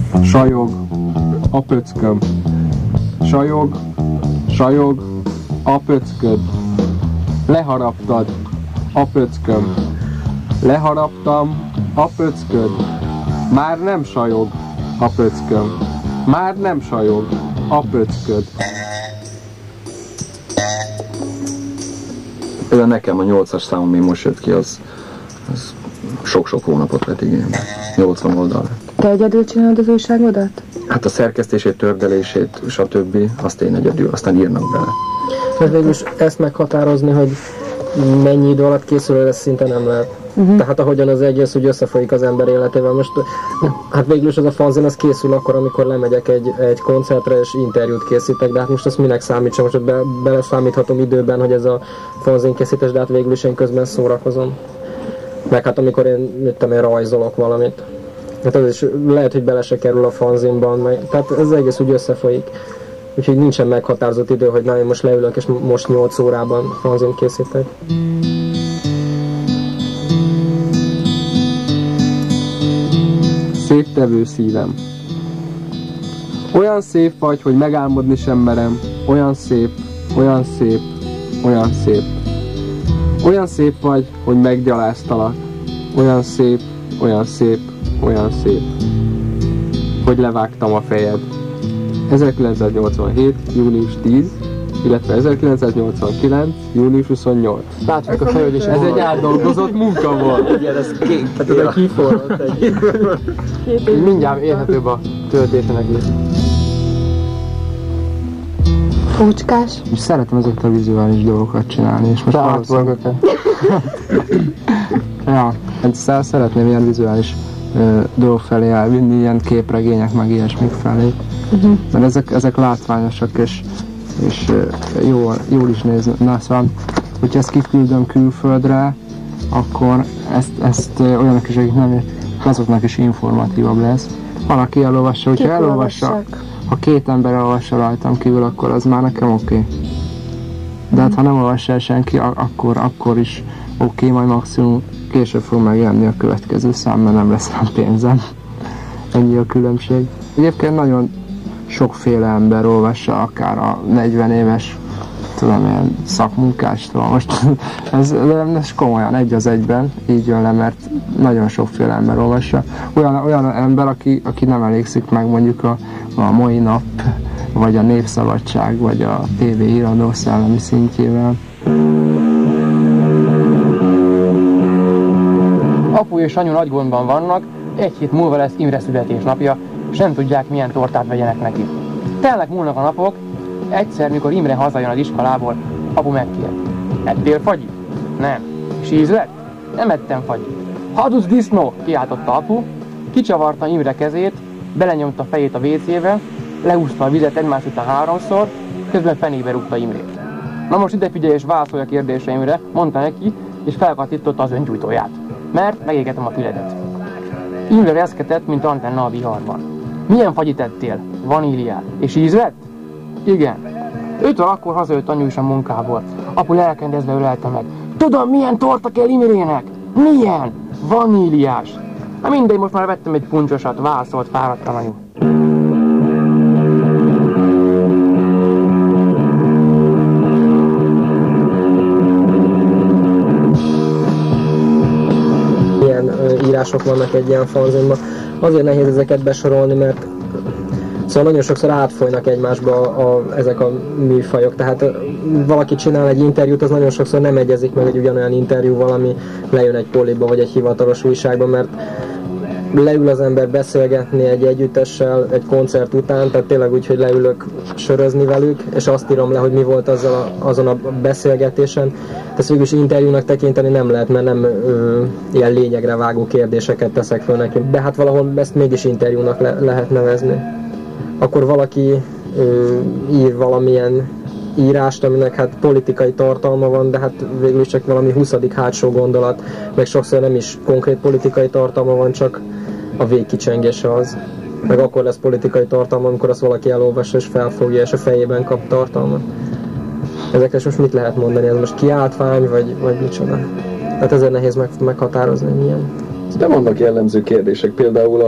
Sajog, a pöcköm. Sajog, sajog, a pöcköd. Leharaptad, a pöcköm. Leharaptam, a pöcköd. Már nem sajog, a pöcköm. Már nem sajog, a pöcköd. Például nekem a 8-as számom, ami most jött ki, az sok-sok hónapot vett igénybe. 80 oldal. Te egyedül csinálod az újságodat? Hát a szerkesztését, tördelését, stb. Azt én egyedül, aztán írnak bele. Hát végülis ezt meghatározni, hogy mennyi idő alatt készül, ez szinte nem lehet. Tehát ahogyan az egész úgy összefolyik az ember életével. Most hát végülis az a fanzin az készül akkor, amikor lemegyek egy koncertre és interjút készítek, de hát most ezt minek számítsam, most beleszámíthatom időben, hogy ez a fanzin készítés, de hát végülis én közben szórakozom. Meg hát amikor én rajzolok valamit. Hát az is lehet, hogy bele se kerül a fanzinban, tehát ez egész úgy összefolyik. Úgyhogy nincsen meghatározott idő, hogy na, én most leülök és most 8 órában fanzint készítek. Szép tevő szívem. Olyan szép vagy, hogy megálmodni sem merem. Olyan szép, olyan szép, olyan szép. Olyan szép vagy, hogy meggyaláztalak. Olyan szép, olyan szép, olyan szép. Hogy levágtam a fejed. 1987. június 10, illetve 1989. június 28. Látjuk a fejed is. Ez egy átdolgozott munka volt. Igen, ez kék. Hát ez kiforrott egy. Mindjárt érhetőbb a töltésenek is. Ócskás? Szeretem ezeket a vizuális dolgokat csinálni, és most ja, szeretném ilyen vizuális dolgok felé elvinni, ilyen képregények, meg ilyesmik felé. Mert ezek látványosak, és jól is néznek. Na, szóval, hogyha ezt kiküldöm külföldre, akkor ezt olyanok is, akik nem azoknak is informatívabb lesz. Van, aki elolvassa, hogyha elolvassa, ha 2 ember elolvassa rajtam kívül, akkor az már nekem oké. De hát ha nem olvassa el senki, akkor is oké, majd maximum később fog megjelenni a következő szám, mert nem lesz rá pénzem. Ennyi a különbség. Egyébként nagyon sokféle ember olvassa, akár a 40 éves, tudom, ilyen szakmunkástól. Most ez komolyan, egy az egyben így jön le, mert nagyon sokféle ember olvassa. Olyan ember, aki nem elégszik meg mondjuk a Mai Nap, vagy a Népszabadság, vagy a TV híradó szellemi szintjével. Apu és anyu nagy gondban vannak, 1 hét múlva lesz Imre születésnapja, és nem tudják, milyen tortát vegyenek neki. Telnek múlnak a napok, egyszer, mikor Imre hazajön az iskolából, apu megkér. Ettél fagyit? Nem. És íz lett? Nem ettem fagyit. Hadusz disznó! Kiáltotta apu, kicsavarta Imre kezét, belenyomta a fejét a WC-be, lehúzta a vizet egymás után 3-szor, közben fenébe rúgta Imrét. Na most ide figyelj és válaszolj a kérdéseimre, mondta neki, és felkattította az öngyújtóját. Mert megégetem a füledet. Imre reszketett, mint antenna a viharban. Milyen fagyit ettél? Vaníliát. És íz lett? Igen. 5 akkor hazajött anyu is a munkából. Apu lelkendezve ölelte meg. Tudom, milyen torta kell Imrének? Milyen? Vaníliás. Na mindegy, most már vettem egy puncsosat, válaszolt fáradtan anyu. Írások vannak egy ilyen fanzinban. Azért nehéz ezeket besorolni, mert szóval nagyon sokszor átfolynak egymásba ezek a műfajok. Tehát valaki csinál egy interjút, az nagyon sokszor nem egyezik meg egy ugyanolyan interjú, valami lejön egy poliba vagy egy hivatalos újságba, mert leül az ember beszélgetni egy együttessel egy koncert után, tehát tényleg úgy, hogy leülök sörözni velük, és azt írom le, hogy mi volt azon a beszélgetésen. Ezt végülis interjúnak tekinteni nem lehet, mert nem ilyen lényegre vágó kérdéseket teszek föl neki. De hát valahol ezt mégis interjúnak lehet nevezni. Akkor valaki ír valamilyen írást, aminek hát politikai tartalma van, de hát végül is csak valami 20. hátsó gondolat, meg sokszor nem is konkrét politikai tartalma van, csak a végkicsengése az. Meg akkor lesz politikai tartalma, amikor azt valaki elolvassa és felfogja, és a fejében kap tartalmat. Ezekre most mit lehet mondani? Ez most kiáltvány, vagy micsoda? Tehát ezért nehéz meghatározni, milyen. De vannak jellemző kérdések, például a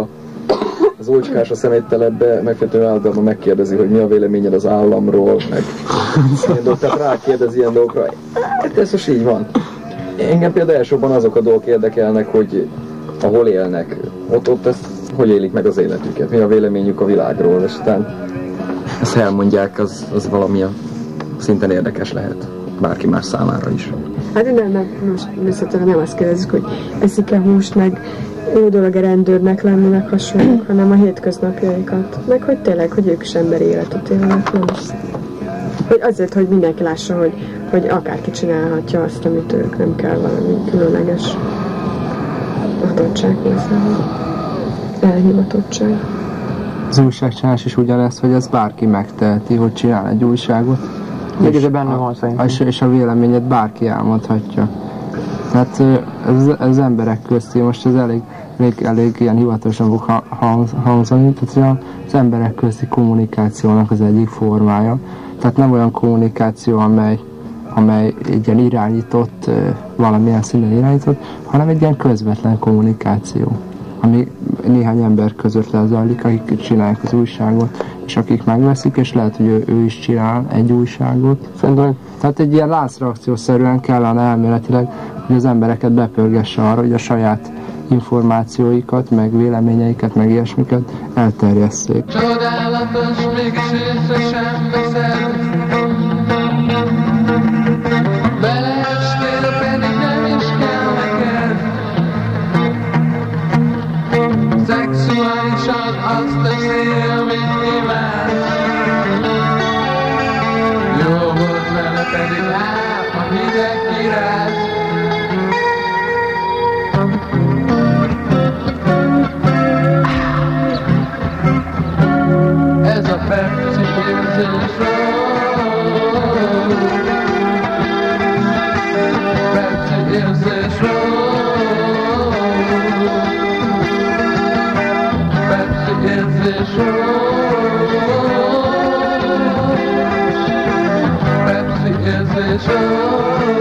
az Ócskás a személytelepbe megfelelően általában megkérdezi, hogy mi a véleményed az államról, meg ilyen dolgok, tehát rákérdez ilyen dolgokra. Hát ez most így van. Engem például elsősorban azok a dolgok érdekelnek, hogy ahol élnek, ott ezt, hogy élik meg az életüket, mi a véleményük a világról, és utána ezt elmondják, az valamilyen szinten érdekes lehet bárki más számára is. Hát nem, most visszatérve nem azt kérdezzük, hogy eszik-e húst, meg jó dolog-e rendőrnek lenni, meg hasonlók, hanem a hétköznapjaikat. Meg hogy tényleg, hogy ők is emberi életet élnek, nem is. Hogy azért, hogy mindenki lássa, hogy akárki csinálhatja azt, amit ők, nem kell valami különleges adottság hozzá. Elhivatottság. Az újságcsinálás is ugyanez, hogy ez bárki megteheti, hogy csinál egy újságot. Mégis benne van szerintem. És a véleményet bárki elmondhatja. Tehát az emberek közti, most ez elég ilyen hivatalosan fog hangzani, tehát az emberek közti kommunikációnak az egyik formája. Tehát nem olyan kommunikáció, amely egy ilyen irányított, valamilyen szinten irányított, hanem egy ilyen közvetlen kommunikáció, ami néhány ember között lezajlik, akik csinálják az újságot, és akik megveszik, és lehet, hogy ő is csinál egy újságot. Tehát egy ilyen láncreakciószerűen kellene elméletileg, hogy az embereket bepörgesse arra, hogy a saját információikat, meg véleményeiket, meg ilyesmiket elterjesszék. Csodálatos, mégis észre sem veszed. Beleestél, pedig nem is kell neked. Szexuálisan azt teszi, amit imádsz. Jó volt vele, pedig hát a hideg kiráz. Ez a perci érzésről. Perci érzésről. Perci érzésről. Perci érzésről.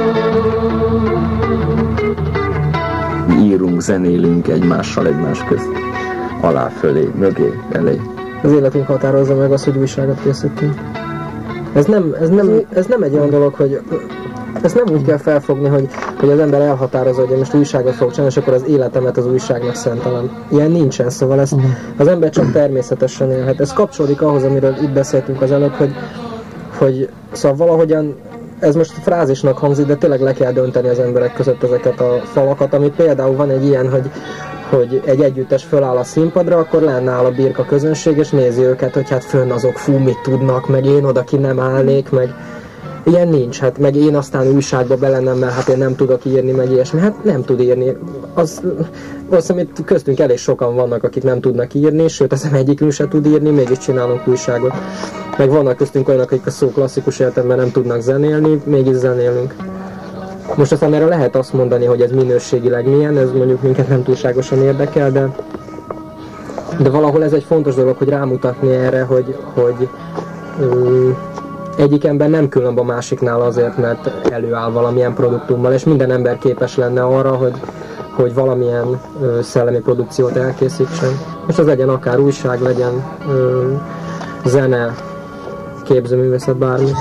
Írunk, zenélünk egymással egymás közt. Alá, fölé, mögé, elé. Az életünk határozza meg azt, hogy újságot készítünk. Ez nem egy olyan dolog, hogy ezt nem úgy kell felfogni, hogy az ember elhatározza, hogy én most újságot fogok csinálni, és akkor az életemet az újságnak szentelem. Ilyen nincsen, szóval ez, az ember csak természetesen élhet. Ez kapcsolódik ahhoz, amiről itt beszéltünk az előbb, hogy szóval valahogyan ez most frázisnak hangzik, de tényleg le kell dönteni az emberek között ezeket a falakat, amit például van egy ilyen, hogy egy együttes föláll a színpadra, akkor lenne áll a birka közönség, és nézi őket, hogy hát fönn azok, fú, mit tudnak, meg én oda ki nem állnék, meg ilyen nincs, hát meg én aztán újságba belenem, mert hát én nem tudok írni, meg ilyesmi, hát nem tud írni. Azt hiszem, itt köztünk elég sokan vannak, akik nem tudnak írni, sőt, az egyikünk se tud írni, mégis csinálunk újságot. Meg vannak köztünk olyanok, akik a szó klasszikus értelemben nem tudnak zenélni, mégis zenélünk. Most aztán erre lehet azt mondani, hogy ez minőségileg milyen, ez mondjuk minket nem túlságosan érdekel, de valahol ez egy fontos dolog, hogy rámutatni erre, hogy egyik ember nem különb a másiknál azért, mert előáll valamilyen produktummal, és minden ember képes lenne arra, hogy valamilyen szellemi produkciót elkészítsen. És az legyen akár újság, legyen zene, képzőművészet, bármi.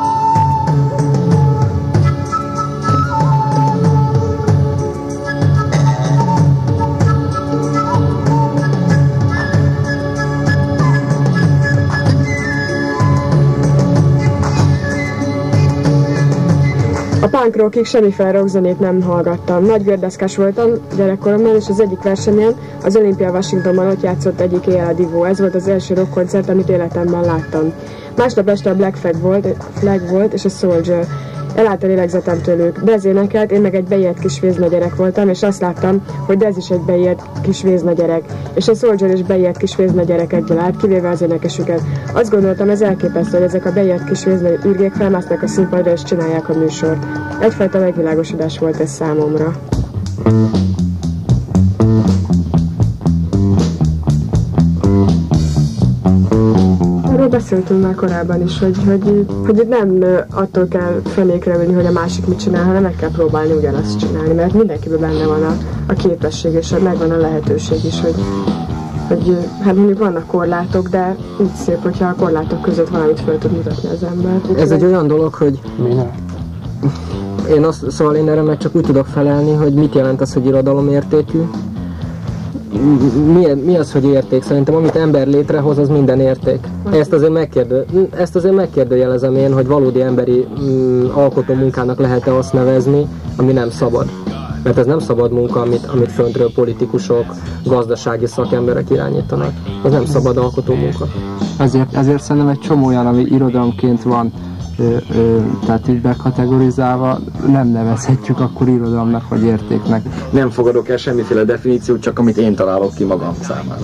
A punk rockig semmiféle rockzenét nem hallgattam. Nagy gördeszkás voltam gyerekkoromban, és az egyik versenyen, az Olympia Washingtonban ott játszott egyik éjjel a Divo. Ez volt az első rockkoncert, amit életemben láttam. Másnap este a Black Flag volt és a Soldier. Elállt a lélegzetem tőlük. Dez énekelt, én meg egy beijedt kis vézna gyerek voltam, és azt láttam, hogy Dez is egy beijedt kis vézna gyerek. És a Soldier is beijedt kis vézna gyerekekből állt, kivéve az énekesüket. Azt gondoltam, ez elképesztő, hogy ezek a beijedt kis vézna ürgék felmásznak a színpadra és csinálják a műsort. Egyfajta megvilágosodás volt ez számomra. Beszéltünk már korábban is, hogy nem attól kell fenékre venni, hogy a másik mit csinál, hanem meg kell próbálni ugyanazt csinálni, mert mindenkiben benne van a képesség, és megvan a lehetőség is, hogy hát mondjuk vannak korlátok, de úgy szép, hogyha a korlátok között valamit fel tud mutatni az ember. Ez egy olyan dolog, hogy szóval én erre meg csak úgy tudok felelni, hogy mit jelent az, hogy irodalomértékű. Mi az, hogy érték? Szerintem amit ember létrehoz, az minden érték. Ezt azért megkérdőjelezem én, hogy valódi emberi alkotó munkának lehet-e azt nevezni, ami nem szabad. Mert ez nem szabad munka, amit föntről politikusok, gazdasági szakemberek irányítanak. Ez nem szabad alkotó munka. Ezért szerintem egy csomó olyan, ami irodalomként van, tehát így bekategorizálva, nem nevezhetjük akkor irodalomnak vagy értéknek. Nem fogadok el semmiféle definíciót, csak amit én találok ki magam számára.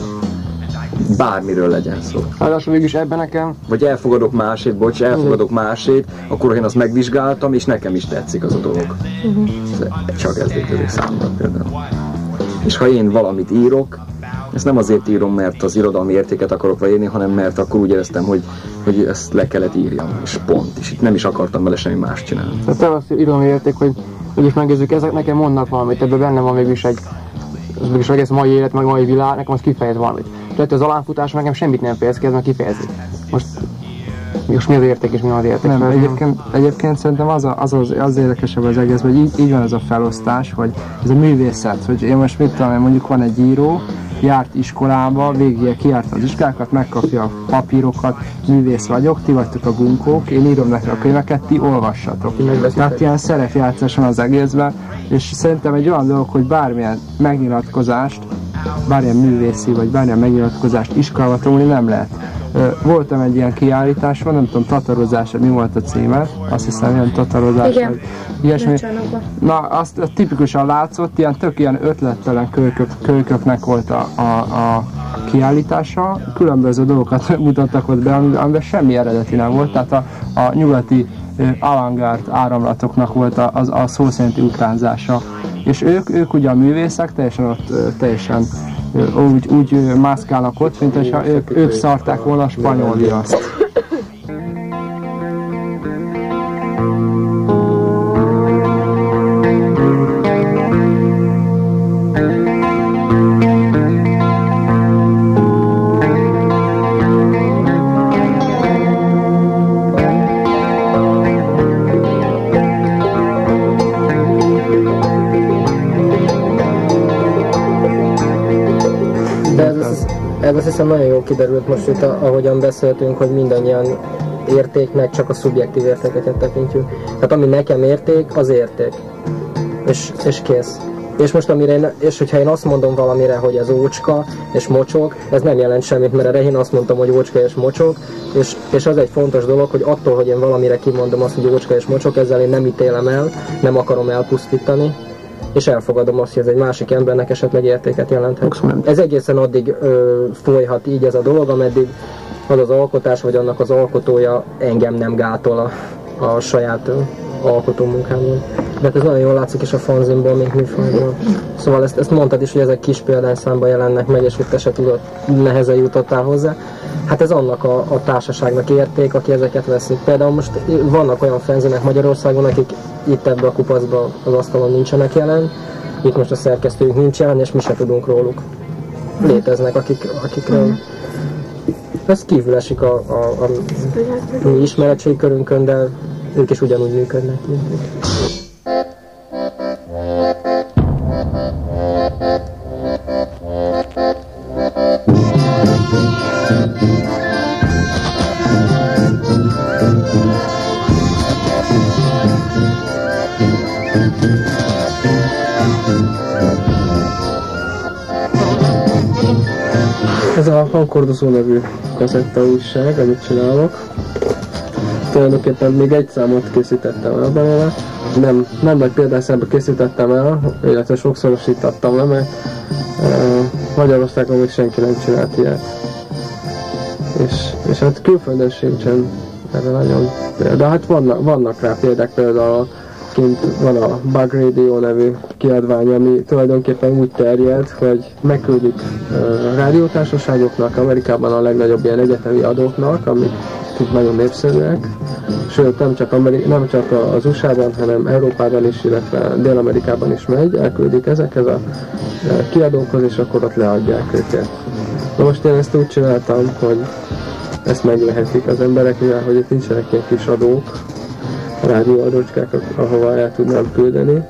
Bármiről legyen szó. Ráadásul mégis ebben nekem... Vagy elfogadok másét, akkor én azt megvizsgáltam, és nekem is tetszik az a dolog. Csak ez létezik számomra például. És ha én valamit írok, ezt nem azért írom, mert az irodalmi értéket akarok leírni, hanem mert akkor úgy éreztem, hogy ezt le kellett írjam, és pont. És itt nem is akartam vele semmi más csinálni. Tehát az irodalmi érték, hogy mégis megnézzük, ezek nekem mondnak valamit, ebben benne van mégis az egész mai élet, meg mai világ, nekem az kifejez valamit. Tehát az alánfutás nekem semmit nem fejez ki, ez meg kifejezi. Most mi az érték és mi az érték? Nem, egyébként szerintem az érdekesebb az egész, hogy így van ez a felosztás, hogy ez a művészet, hogy én most mit tudom, mondjuk van egy író, járt iskolába, végig kijárta az iskolákat, megkapja a papírokat, művész vagyok, ti vagytok a bunkók, én írom nektek a könyveket, ti olvassatok. Tehát ilyen szerepjátszás van az egészben, és szerintem egy olyan dolog, hogy bármilyen megnyilatkozást, bármilyen művészi, vagy bármilyen megnyilatkozást iskolába tanulni nem lehet. Voltam egy ilyen kiállításon, nem tudom, tatarozás, mi volt a címe, azt hiszem, ilyen tatarozás, vagy ilyesmi. Na, azt tipikusan látszott, ilyen ötlettelen kölyköknek volt a kiállítása, különböző dolgokat mutattak ott be, amiben semmi eredeti nem volt, tehát a nyugati avantgárd áramlatoknak volt a szó szerinti ukránzása. És ők ugye a művészek teljesen úgy mászkálnak ott, mint hogyha ők szarták volna a spanyol viaszt. Ez azt hiszem nagyon jól kiderült most itt, ahogyan beszéltünk, hogy mindannyian értéknek csak a szubjektív értékeket tekintjük. Tehát ami nekem érték, az érték. És kész. És most hogyha én azt mondom valamire, hogy ez ócska és mocsok, ez nem jelent semmit, mert erre én azt mondtam, hogy ócska és mocsok, és az egy fontos dolog, hogy attól, hogy én valamire kimondom azt, hogy ócska és mocsok, ezzel én nem ítélem el, nem akarom elpusztítani, és elfogadom azt, hogy ez egy másik embernek esetleg értéket jelenthet. Ez egészen addig folyhat így ez a dolog, ameddig az az alkotás, vagy annak az alkotója engem nem gátol a saját alkotó munkámon. De ez nagyon jól látszik is a fanzinból, mint műfajból. Szóval ezt mondtad is, hogy ezek kis példányszámban jelennek meg, és hogy te se tudod, nehezen jutottál hozzá. Hát ez annak a társaságnak érték, aki ezeket veszik. Például most vannak olyan fanzinek Magyarországon, akik itt ebbe a kupacba az asztalon nincsenek jelen, itt most a szerkesztőjük nincs jelen, és mi se tudunk róluk. Léteznek, akikről ez kívül esik a mi ismeretségi körünkön, de ők is ugyanúgy működnek. Ez a Hangkordozó nevű kazetta újság, amit csinálok. Tulajdonképpen még egy számot készítettem el belőle. Nem nagy példányszámba készítettem el, illetve sokszorosítottam le, mert Magyarországon még senki nem csinált ilyet. És hát külföldön sincsen erre nagyon példa. Hát vannak rá példák, például kint van a Bug Radio nevű kiadvány, ami tulajdonképpen úgy terjed, hogy megküldik rádiótársaságoknak, Amerikában a legnagyobb ilyen egyetemi adóknak, amik nagyon népszerűek, sőt nem csak az USA-ban, hanem Európában is, illetve Dél-Amerikában is megy, elküldik ezekhez a kiadókhoz, és akkor ott leadják őket. Na most én ezt úgy csináltam, hogy ezt meglehetik az emberek, mivel hogy itt nincsenek ilyen kis adók, rádióadócskák, ahova el tudnám küldeni.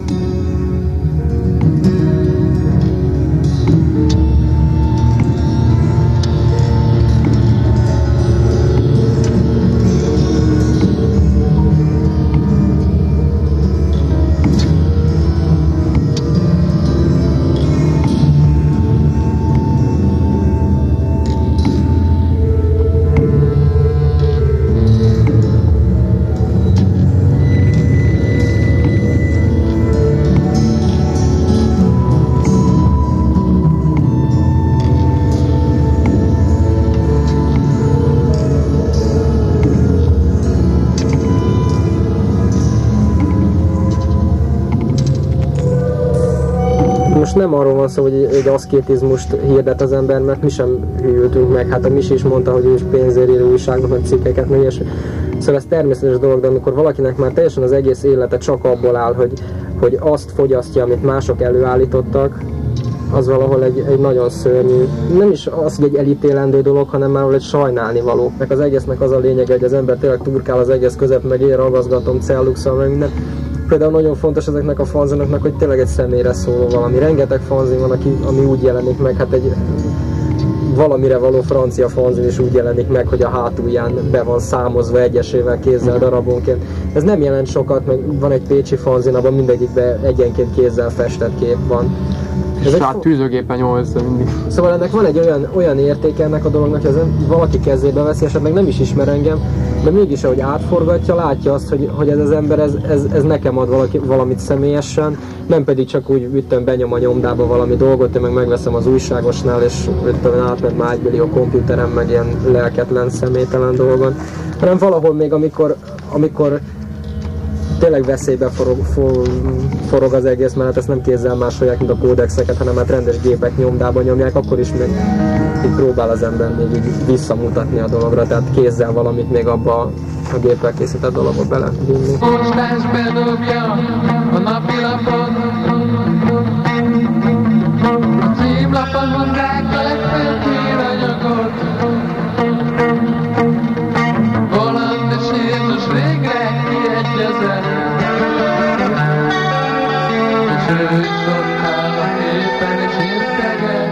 Most nem arról van szó, hogy egy aszkétizmust hirdet az ember, mert mi sem hűltünk meg. Hát a Misi is mondta, hogy ő is pénzért ír újságnak, meg cikkeket, meg ilyesmi. Szóval ez természetes dolog, de amikor valakinek már teljesen az egész élete csak abból áll, hogy azt fogyasztja, amit mások előállítottak, az valahol egy nagyon szörnyű, nem is az, hogy egy elítélendő dolog, hanem már egy sajnálni való. Meg az egésznek az a lényege, hogy az ember tényleg turkál az egész közep, meg én ragaszgatom, celluxal, meg minden. Például nagyon fontos ezeknek a fanzinoknak, hogy tényleg egy személyre szóló valami. Rengeteg fanzin van, ami úgy jelenik meg, hát egy valamire való francia fanzin is úgy jelenik meg, hogy a hátulján be van számozva egyesével, kézzel darabonként. Ez nem jelent sokat, meg van egy pécsi fanzin, abban mindegyikben egyenként kézzel festett kép van. És tűzőgépen nyomozza mindig. Szóval ennek van egy olyan értéke ennek a dolognak, hogy valaki kezébe veszi, esetleg nem is ismer engem, de mégis, ahogy átforgatja, látja azt, hogy ez az ember, ez nekem ad valamit személyesen, nem pedig csak úgy üttem, benyom a nyomdába valami dolgot, én meg megveszem az újságosnál, és üttem, átment már 1 millió komputeren, meg ilyen lelketlen, személytelen dolgon, hanem valahol még amikor tényleg veszélybe forog az egész, mert ezt nem kézzel másolják, mint a kódexeket, hanem hát rendes gépek nyomdában nyomják, akkor is még így próbál az ember még így visszamutatni a dologra, tehát kézzel valamit még abba a géppel készített dologba belevinni. Postás bedobja a napilapot, a címlapon mondják a legfőbb híranyagot. Holland és Jézus végre kiegyezett, és ő is ott áll a képen és integet.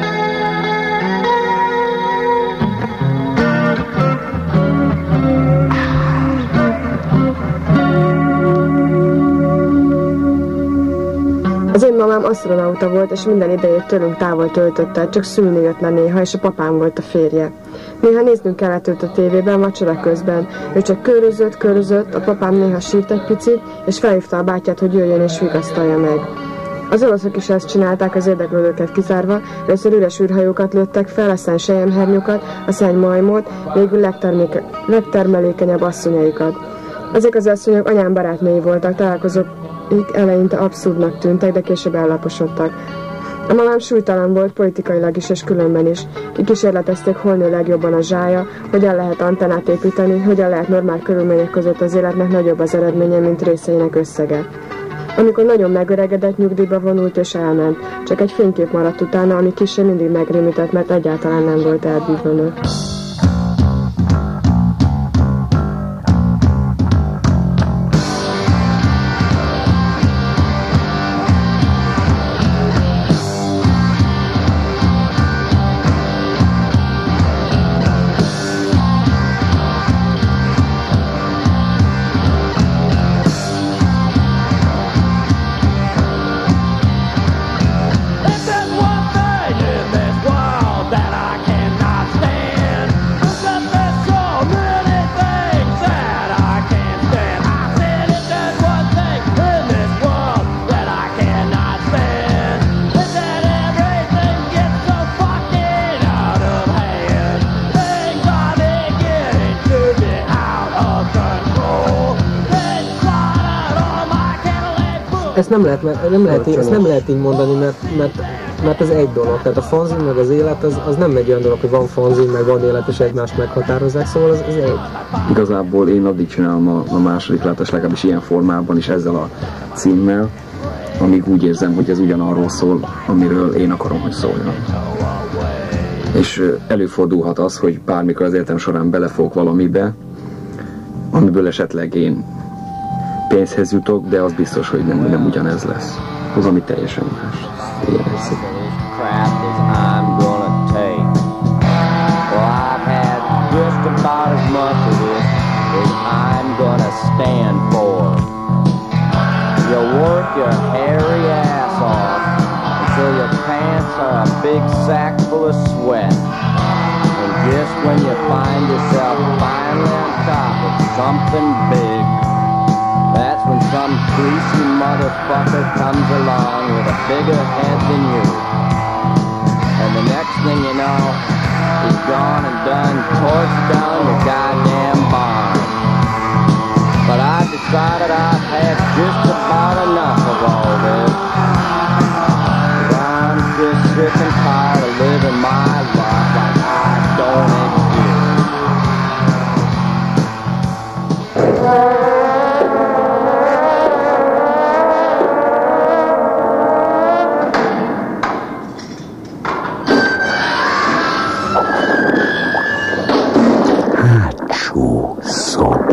Az én mamám asztronauta volt, és minden idejét tőlünk távol töltötte, csak szülni jött le néha, és a papám volt a férje. Néha néznünk kellett őt a tévében, vacsora közben. Ő csak körözött, a papám néha sírt egy picit, és felhívta a bátyát, hogy jöjjön és vigasztalja meg. Az oroszok is ezt csinálták, az érdeklődőket kizárva, először üres űrhajókat lőttek fel, aztán selyemhernyukat, aztán majmot, végül legtermelékenyebb asszonyaikat. Ezek az asszonyok anyám barátnői voltak, találkozók eleinte abszurdnak tűntek, de később ellaposodtak. A mamám súlytalan volt politikailag is és különben is. Kikísérletezték, hol nő legjobban a zsája, hogyan lehet antennát építeni, hogyan lehet normál körülmények között az életnek nagyobb az eredménye, mint részeinek összege. Amikor nagyon megöregedett, nyugdíjba vonult és elment. Csak egy fénykép maradt utána, ami kissé mindig megrémített, mert egyáltalán nem volt elbűvölő. Ezt nem lehet így mondani, mert ez egy dolog. Tehát a fanzin meg az élet az nem egy olyan dolog, hogy van fanzin, meg van élet, és egymást meghatározzák, szóval ez egy. Igazából én addig csinálom a második látást, legalábbis ilyen formában is ezzel a címmel, amíg úgy érzem, hogy ez ugyanarról szól, amiről én akarom, hogy szóljon. És előfordulhat az, hogy bármikor az életem során belefogok valamibe, amiből esetleg én pénzhez jutok, de az biztos, hogy nem ugyanez lesz. Az, ami teljesen más. Ilyen egyszerű. You work your hairy ass off until your pants are a big sack full of sweat. And just when you find yourself finally on top of something big, that's when some greasy motherfucker comes along with a bigger head than you. And the next thing you know, he's gone and done torched down your goddamn barn. But I decided I've had just about enough of all this. I'm just sick and tired of living my life like I don't exist. Hátsó szó.